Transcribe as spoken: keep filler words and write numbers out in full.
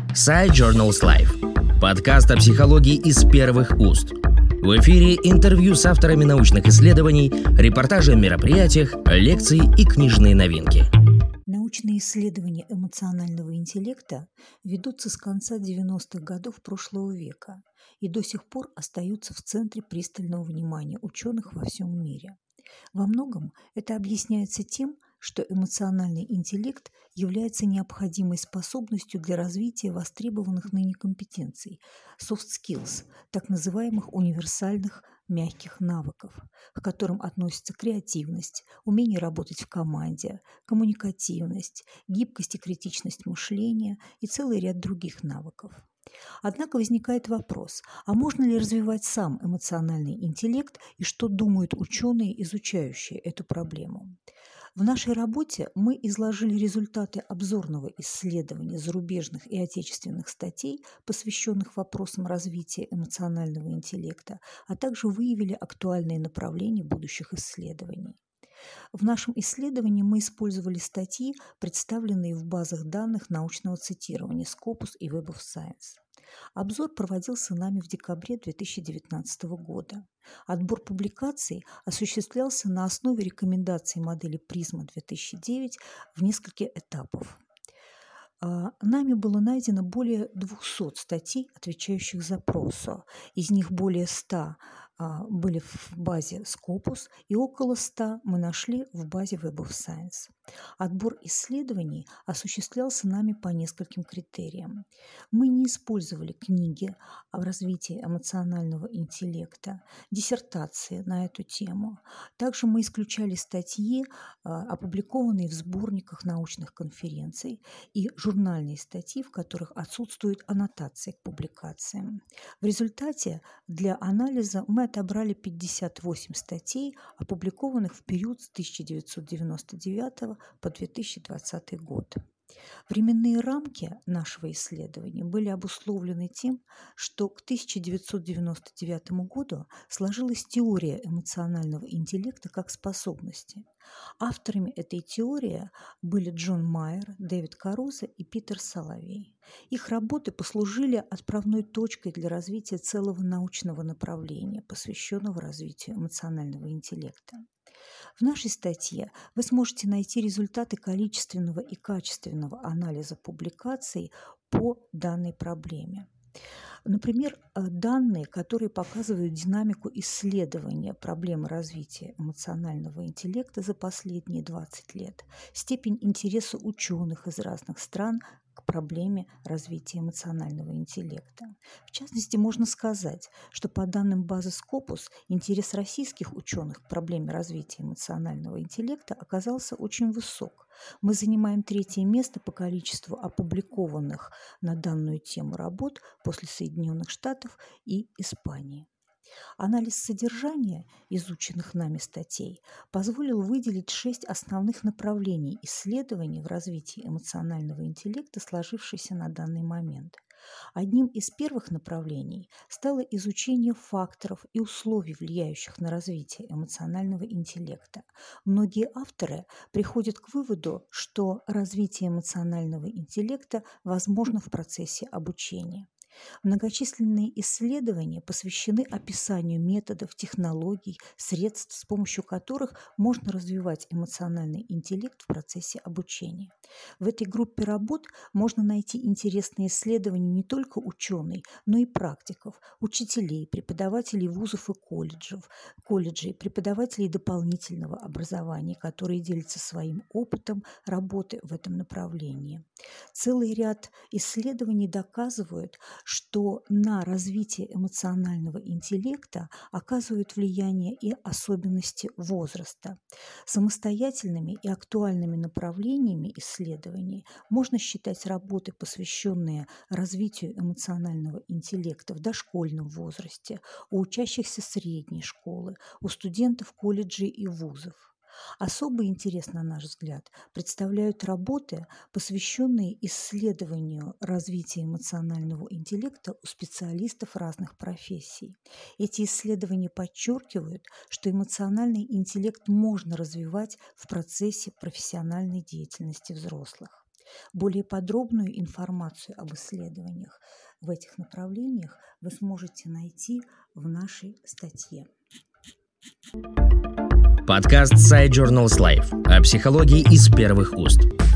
PsyJournals Live. Подкаст о психологии из первых уст. В эфире интервью с авторами научных исследований, репортажи о мероприятиях, лекции и книжные новинки. Научные исследования эмоционального интеллекта ведутся с конца девяностых годов прошлого века и до сих пор остаются в центре пристального внимания ученых во всем мире. Во многом это объясняется тем, что эмоциональный интеллект является необходимой способностью для развития востребованных ныне компетенций – soft skills, так называемых универсальных мягких навыков, к которым относятся креативность, умение работать в команде, коммуникативность, гибкость и критичность мышления и целый ряд других навыков. Однако возникает вопрос, а можно ли развивать сам эмоциональный интеллект и что думают ученые, изучающие эту проблему? В нашей работе мы изложили результаты обзорного исследования зарубежных и отечественных статей, посвященных вопросам развития эмоционального интеллекта, а также выявили актуальные направления будущих исследований. В нашем исследовании мы использовали статьи, представленные в базах данных научного цитирования Scopus и Web of Science. Обзор проводился нами в декабре две тысячи девятнадцатого года. Отбор публикаций осуществлялся на основе рекомендаций модели призма две тысячи девять в несколько этапов. Нами было найдено более двухсот статей, отвечающих запросу. Из них более ста были в базе Scopus и около ста мы нашли в базе Web of Science. Отбор исследований осуществлялся нами по нескольким критериям. Мы не использовали книги о развитии эмоционального интеллекта, диссертации на эту тему. Также мы исключали статьи, опубликованные в сборниках научных конференций, и журнальные статьи, в которых отсутствуют аннотации к публикациям. В результате для анализа мы отобрали пятьдесят восемь статей, опубликованных в период с тысяча девятьсот девяносто девятого по две тысячи двадцатый год. Временные рамки нашего исследования были обусловлены тем, что к тысяча девятьсот девяносто девятому году сложилась теория эмоционального интеллекта как способности. Авторами этой теории были Джон Майер, Дэвид Карузо и Питер Соловей. Их работы послужили отправной точкой для развития целого научного направления, посвященного развитию эмоционального интеллекта. В нашей статье вы сможете найти результаты количественного и качественного анализа публикаций по данной проблеме. Например, данные, которые показывают динамику исследования проблемы развития эмоционального интеллекта за последние двадцать лет, степень интереса ученых из разных стран к проблеме развития эмоционального интеллекта. В частности, можно сказать, что по данным базы Scopus интерес российских ученых к проблеме развития эмоционального интеллекта оказался очень высок. Мы занимаем третье место по количеству опубликованных на данную тему работ после Соединенных Штатов и Испании. Анализ содержания изученных нами статей позволил выделить шесть основных направлений исследований в развитии эмоционального интеллекта, сложившихся на данный момент. Одним из первых направлений стало изучение факторов и условий, влияющих на развитие эмоционального интеллекта. Многие авторы приходят к выводу, что развитие эмоционального интеллекта возможно в процессе обучения. Многочисленные исследования посвящены описанию методов, технологий, средств, с помощью которых можно развивать эмоциональный интеллект в процессе обучения. В этой группе работ можно найти интересные исследования не только ученых, но и практиков, учителей, преподавателей вузов и колледжев, колледжей, преподавателей дополнительного образования, которые делятся своим опытом работы в этом направлении. Целый ряд исследований доказывают, что на развитие эмоционального интеллекта оказывают влияние и особенности возраста. Самостоятельными и актуальными направлениями исследований можно считать работы, посвященные развитию эмоционального интеллекта в дошкольном возрасте, у учащихся средней школы, у студентов колледжей и вузов. Особый интерес, на наш взгляд, представляют работы, посвященные исследованию развития эмоционального интеллекта у специалистов разных профессий. Эти исследования подчеркивают, что эмоциональный интеллект можно развивать в процессе профессиональной деятельности взрослых. Более подробную информацию об исследованиях в этих направлениях вы сможете найти в нашей статье. Подкаст Side Journals Life о психологии из первых уст.